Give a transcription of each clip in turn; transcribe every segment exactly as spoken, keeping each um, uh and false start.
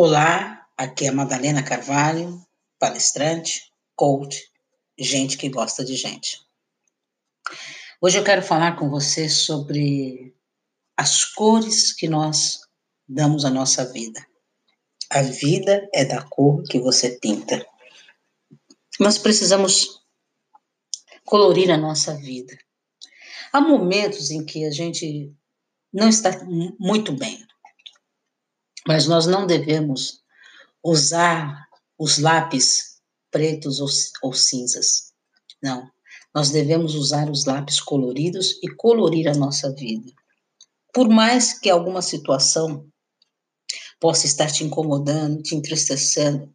Olá, aqui é a Madalena Carvalho, palestrante, coach, gente que gosta de gente. Hoje eu quero falar com você sobre as cores que nós damos à nossa vida. A vida é da cor que você pinta. Nós precisamos colorir a nossa vida. Há momentos em que a gente não está muito bem, mas nós não devemos usar os lápis pretos ou, ou cinzas. Não, nós devemos usar os lápis coloridos e colorir a nossa vida. Por mais que alguma situação possa estar te incomodando, te entristecendo,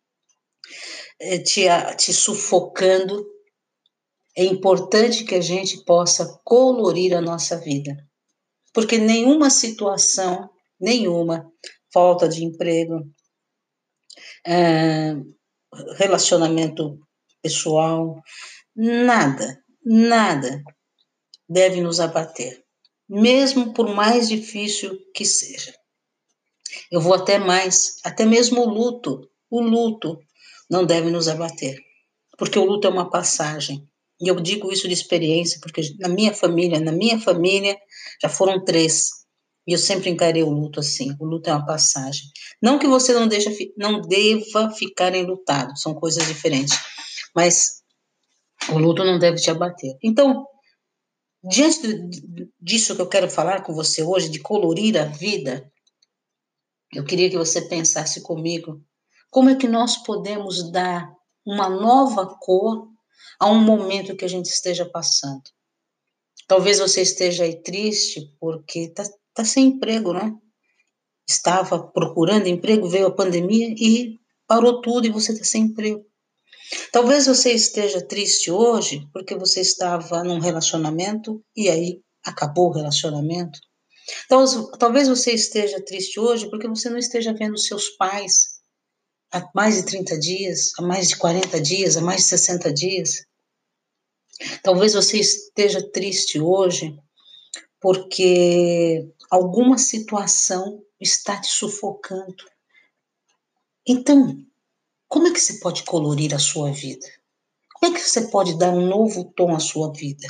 te, te sufocando, é importante que a gente possa colorir a nossa vida. Porque nenhuma situação, nenhuma, falta de emprego, é, relacionamento pessoal, nada, nada deve nos abater, mesmo por mais difícil que seja. Eu vou até mais, até mesmo o luto, o luto não deve nos abater, porque o luto é uma passagem. E eu digo isso de experiência, porque na minha família, na minha família, já foram três, e eu sempre encarei o luto assim, o luto é uma passagem. Não que você não, deixa, não deva ficar enlutado, são coisas diferentes, mas o luto não deve te abater. Então, diante disso que eu quero falar com você hoje, de colorir a vida, eu queria que você pensasse comigo, como é que nós podemos dar uma nova cor a um momento que a gente esteja passando. Talvez você esteja aí triste porque está tá sem emprego, né? Estava procurando emprego, veio a pandemia e parou tudo e você está sem emprego. Talvez você esteja triste hoje porque você estava num relacionamento e aí acabou o relacionamento. Então, talvez você esteja triste hoje porque você não esteja vendo seus pais há mais de trinta dias, há mais de quarenta dias, há mais de sessenta dias. Talvez você esteja triste hoje porque alguma situação está te sufocando. Então, como é que você pode colorir a sua vida? Como é que você pode dar um novo tom à sua vida?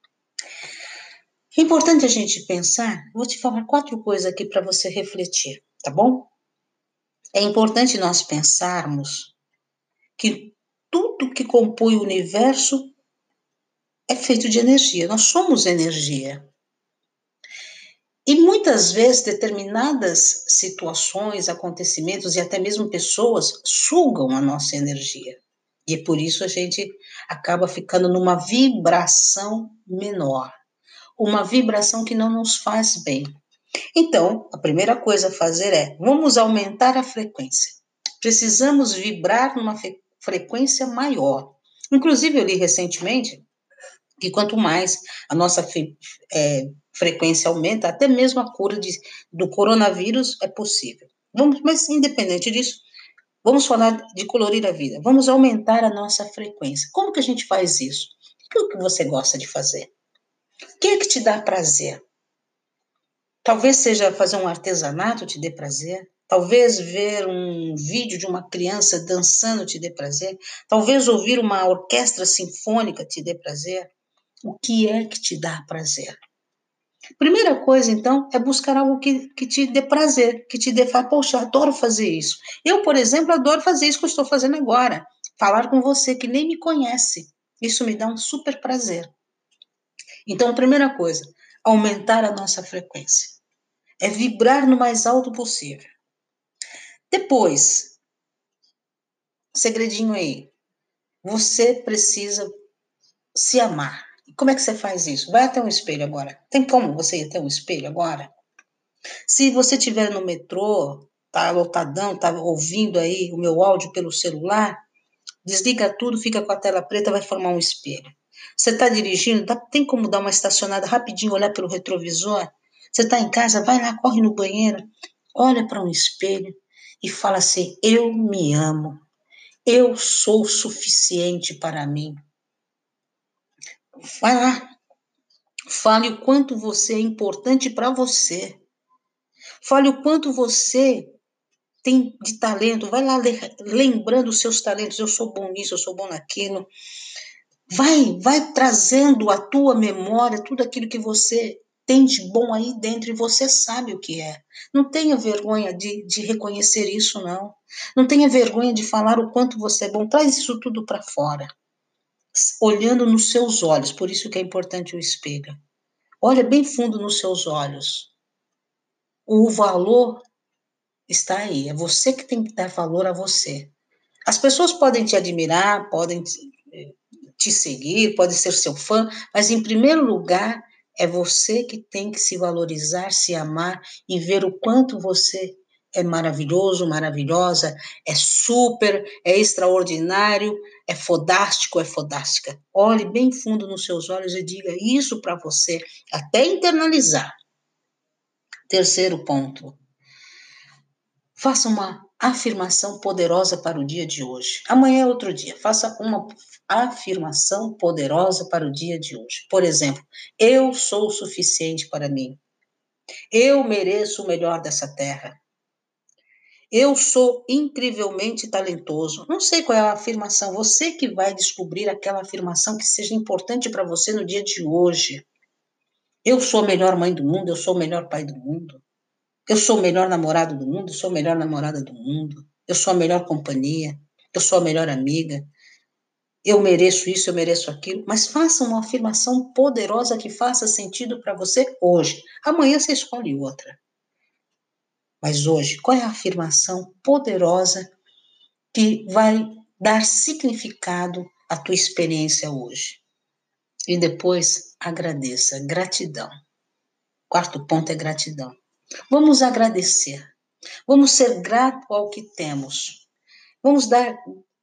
É importante a gente pensar, vou te falar quatro coisas aqui para você refletir, tá bom? É importante nós pensarmos que tudo que compõe o universo é feito de energia, nós somos energia. E muitas vezes determinadas situações, acontecimentos e até mesmo pessoas sugam a nossa energia. E é por isso a gente acaba ficando numa vibração menor, uma vibração que não nos faz bem. Então, a primeira coisa a fazer é, vamos aumentar a frequência. Precisamos vibrar numa frequência maior. Inclusive, eu li recentemente que quanto mais a nossa é, frequência aumenta, até mesmo a cura de, do coronavírus é possível. Vamos, mas, independente disso, vamos falar de colorir a vida. Vamos aumentar a nossa frequência. Como que a gente faz isso? O que você gosta de fazer? O que é que te dá prazer? Talvez seja fazer um artesanato te dê prazer. Talvez ver um vídeo de uma criança dançando te dê prazer. Talvez ouvir uma orquestra sinfônica te dê prazer. O que é que te dá prazer? Primeira coisa, então, é buscar algo que, que te dê prazer, que te dê, poxa, eu adoro fazer isso. Eu, por exemplo, adoro fazer isso que eu estou fazendo agora. Falar com você que nem me conhece. Isso me dá um super prazer. Então, primeira coisa, aumentar a nossa frequência. É vibrar no mais alto possível. Depois, segredinho aí, você precisa se amar. Como é que você faz isso? Vai até um espelho agora. Tem como você ir até um espelho agora? Se você estiver no metrô, tá lotadão, tá ouvindo aí o meu áudio pelo celular, desliga tudo, fica com a tela preta, vai formar um espelho. Você está dirigindo, tá, tem como dar uma estacionada rapidinho, olhar pelo retrovisor? Você está em casa, vai lá, corre no banheiro, olha para um espelho e fala assim, eu me amo, eu sou suficiente para mim. Vai lá, fale o quanto você é importante para você. Fale o quanto você tem de talento, vai lá lembrando os seus talentos, eu sou bom nisso, eu sou bom naquilo. Vai, vai trazendo à tua memória tudo aquilo que você tem de bom aí dentro e você sabe o que é. Não tenha vergonha de, de reconhecer isso, não. Não tenha vergonha de falar o quanto você é bom. Traz isso tudo para fora, olhando nos seus olhos. Por isso que é importante o espelho. Olha bem fundo nos seus olhos. O valor está aí. É você que tem que dar valor a você. As pessoas podem te admirar, podem te seguir, pode ser seu fã, mas em primeiro lugar é você que tem que se valorizar, se amar e ver o quanto você é maravilhoso, maravilhosa, é super, é extraordinário, é fodástico, é fodástica. Olhe bem fundo nos seus olhos e diga isso para você, até internalizar. Terceiro ponto. Faça uma afirmação poderosa para o dia de hoje. Amanhã é outro dia. Faça uma afirmação poderosa para o dia de hoje. Por exemplo, eu sou o suficiente para mim. Eu mereço o melhor dessa terra. Eu sou incrivelmente talentoso. Não sei qual é a afirmação. Você que vai descobrir aquela afirmação que seja importante para você no dia de hoje. Eu sou a melhor mãe do mundo. Eu sou o melhor pai do mundo. Eu sou o melhor namorado do mundo, eu sou a melhor namorada do mundo, eu sou a melhor companhia, eu sou a melhor amiga, eu mereço isso, eu mereço aquilo, mas faça uma afirmação poderosa que faça sentido para você hoje. Amanhã você escolhe outra. Mas hoje, qual é a afirmação poderosa que vai dar significado à tua experiência hoje? E depois, agradeça, gratidão. Quarto ponto é gratidão. Vamos agradecer. Vamos ser gratos ao que temos. Vamos dar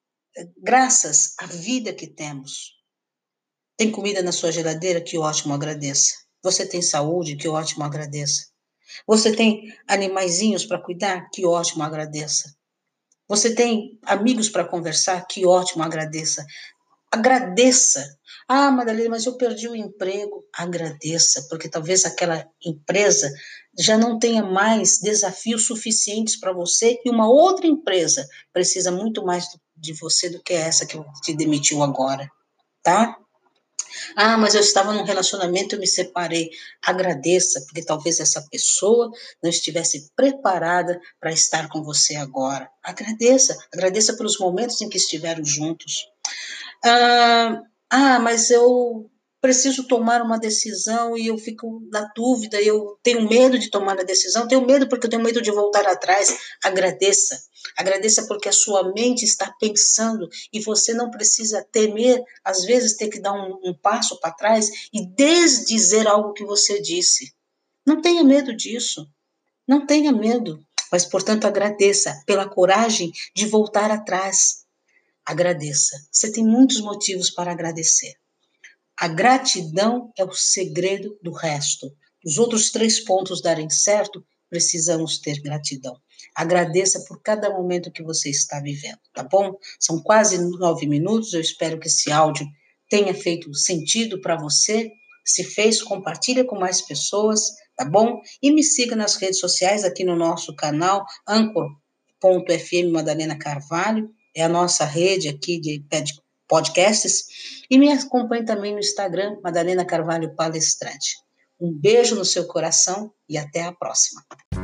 graças à vida que temos. Tem comida na sua geladeira? Que ótimo, agradeça. Você tem saúde? Que ótimo, agradeça. Você tem animaizinhos para cuidar? Que ótimo, agradeça. Você tem amigos para conversar? Que ótimo, agradeça. Agradeça. Ah, Madalena, mas eu perdi o emprego. Agradeça, porque talvez aquela empresa já não tenha mais desafios suficientes para você e uma outra empresa precisa muito mais de você do que essa que te demitiu agora, tá? Ah, mas eu estava num relacionamento e me separei. Agradeça, porque talvez essa pessoa não estivesse preparada para estar com você agora. Agradeça, agradeça pelos momentos em que estiveram juntos. Ah, ah, mas eu preciso tomar uma decisão e eu fico na dúvida, eu tenho medo de tomar a decisão, tenho medo porque eu tenho medo de voltar atrás. Agradeça, agradeça porque a sua mente está pensando e você não precisa temer, às vezes, ter que dar um, um passo para trás e desdizer algo que você disse. Não tenha medo disso, não tenha medo, mas, portanto, agradeça pela coragem de voltar atrás. Agradeça. Você tem muitos motivos para agradecer. A gratidão é o segredo do resto. Os outros três pontos darem certo, precisamos ter gratidão. Agradeça por cada momento que você está vivendo, tá bom? São quase nove minutos, eu espero que esse áudio tenha feito sentido para você. Se fez, compartilha com mais pessoas, tá bom? E me siga nas redes sociais, aqui no nosso canal, anchor ponto f m Madalena Carvalho, é a nossa rede aqui de podcasts, e me acompanhe também no Instagram, Madalena Carvalho Palestrante. Um beijo no seu coração e até a próxima.